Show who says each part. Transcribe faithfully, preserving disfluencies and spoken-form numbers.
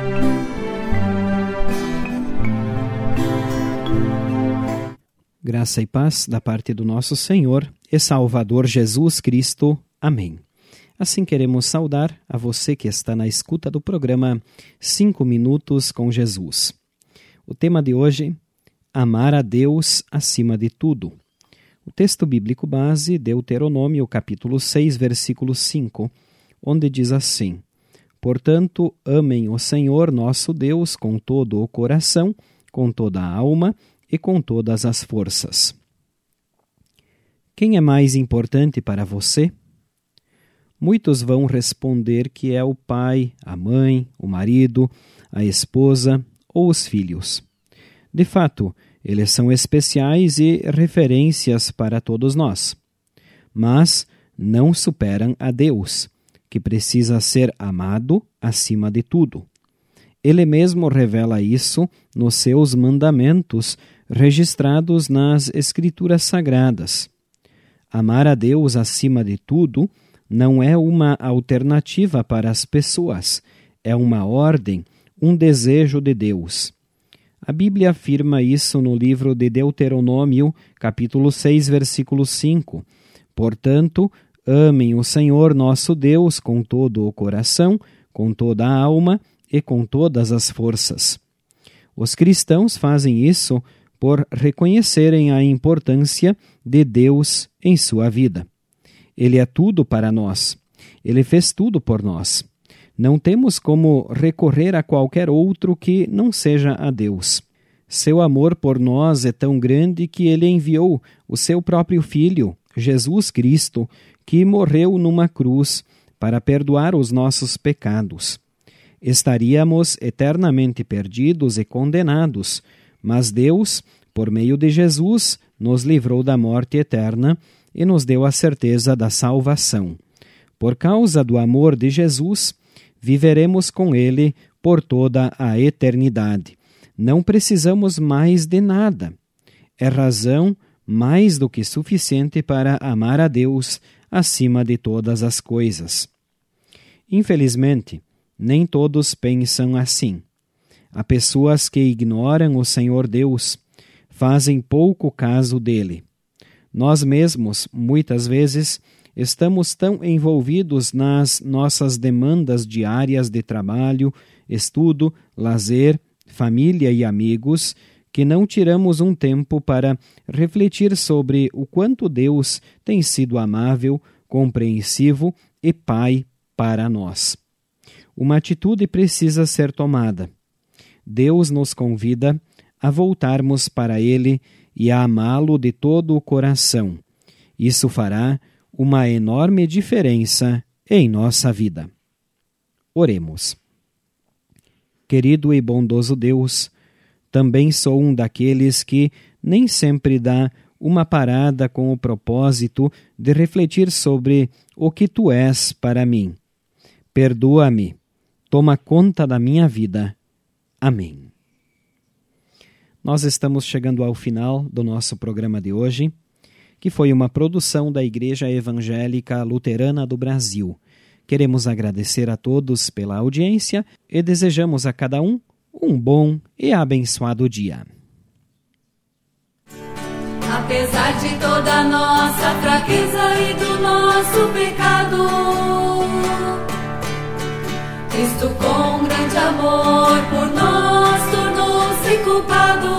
Speaker 1: Graça e paz da parte do nosso Senhor e Salvador Jesus Cristo. Amém. Assim queremos saudar a você que está na escuta do programa Cinco Minutos com Jesus. O tema de hoje, amar a Deus acima de tudo. O texto bíblico base, Deuteronômio, capítulo seis, versículo cinco, onde diz assim: Portanto, amem o Senhor nosso Deus com todo o coração, com toda a alma e com todas as forças. Quem é mais importante para você? Muitos vão responder que é o pai, a mãe, o marido, a esposa ou os filhos. De fato, eles são especiais e referências para todos nós. Mas não superam a Deus, que precisa ser amado acima de tudo. Ele mesmo revela isso nos seus mandamentos registrados nas Escrituras Sagradas. Amar a Deus acima de tudo não é uma alternativa para as pessoas, é uma ordem, um desejo de Deus. A Bíblia afirma isso no livro de Deuteronômio, capítulo seis, versículo cinco. Portanto, amem o Senhor nosso Deus com todo o coração, com toda a alma e com todas as forças. Os cristãos fazem isso por reconhecerem a importância de Deus em sua vida. Ele é tudo para nós. Ele fez tudo por nós. Não temos como recorrer a qualquer outro que não seja a Deus. Seu amor por nós é tão grande que ele enviou o seu próprio Filho, Jesus Cristo, que morreu numa cruz para perdoar os nossos pecados. Estaríamos eternamente perdidos e condenados, mas Deus, por meio de Jesus, nos livrou da morte eterna e nos deu a certeza da salvação. Por causa do amor de Jesus, viveremos com Ele por toda a eternidade. Não precisamos mais de nada. É razão mais do que suficiente para amar a Deus acima de todas as coisas. Infelizmente, nem todos pensam assim. Há pessoas que ignoram o Senhor Deus, fazem pouco caso dele. Nós mesmos, muitas vezes, estamos tão envolvidos nas nossas demandas diárias de trabalho, estudo, lazer, família e amigos, que não tiramos um tempo para refletir sobre o quanto Deus tem sido amável, compreensivo e Pai para nós. Uma atitude precisa ser tomada. Deus nos convida a voltarmos para Ele e a amá-lo de todo o coração. Isso fará uma enorme diferença em nossa vida. Oremos. Querido e bondoso Deus, também sou um daqueles que nem sempre dá uma parada com o propósito de refletir sobre o que Tu és para mim. Perdoa-me, toma conta da minha vida. Amém. Nós estamos chegando ao final do nosso programa de hoje, que foi uma produção da Igreja Evangélica Luterana do Brasil. Queremos agradecer a todos pela audiência e desejamos a cada um um bom e abençoado dia.
Speaker 2: Apesar de toda a nossa fraqueza e do nosso pecado, Cristo com grande amor por nós tornou-se culpado.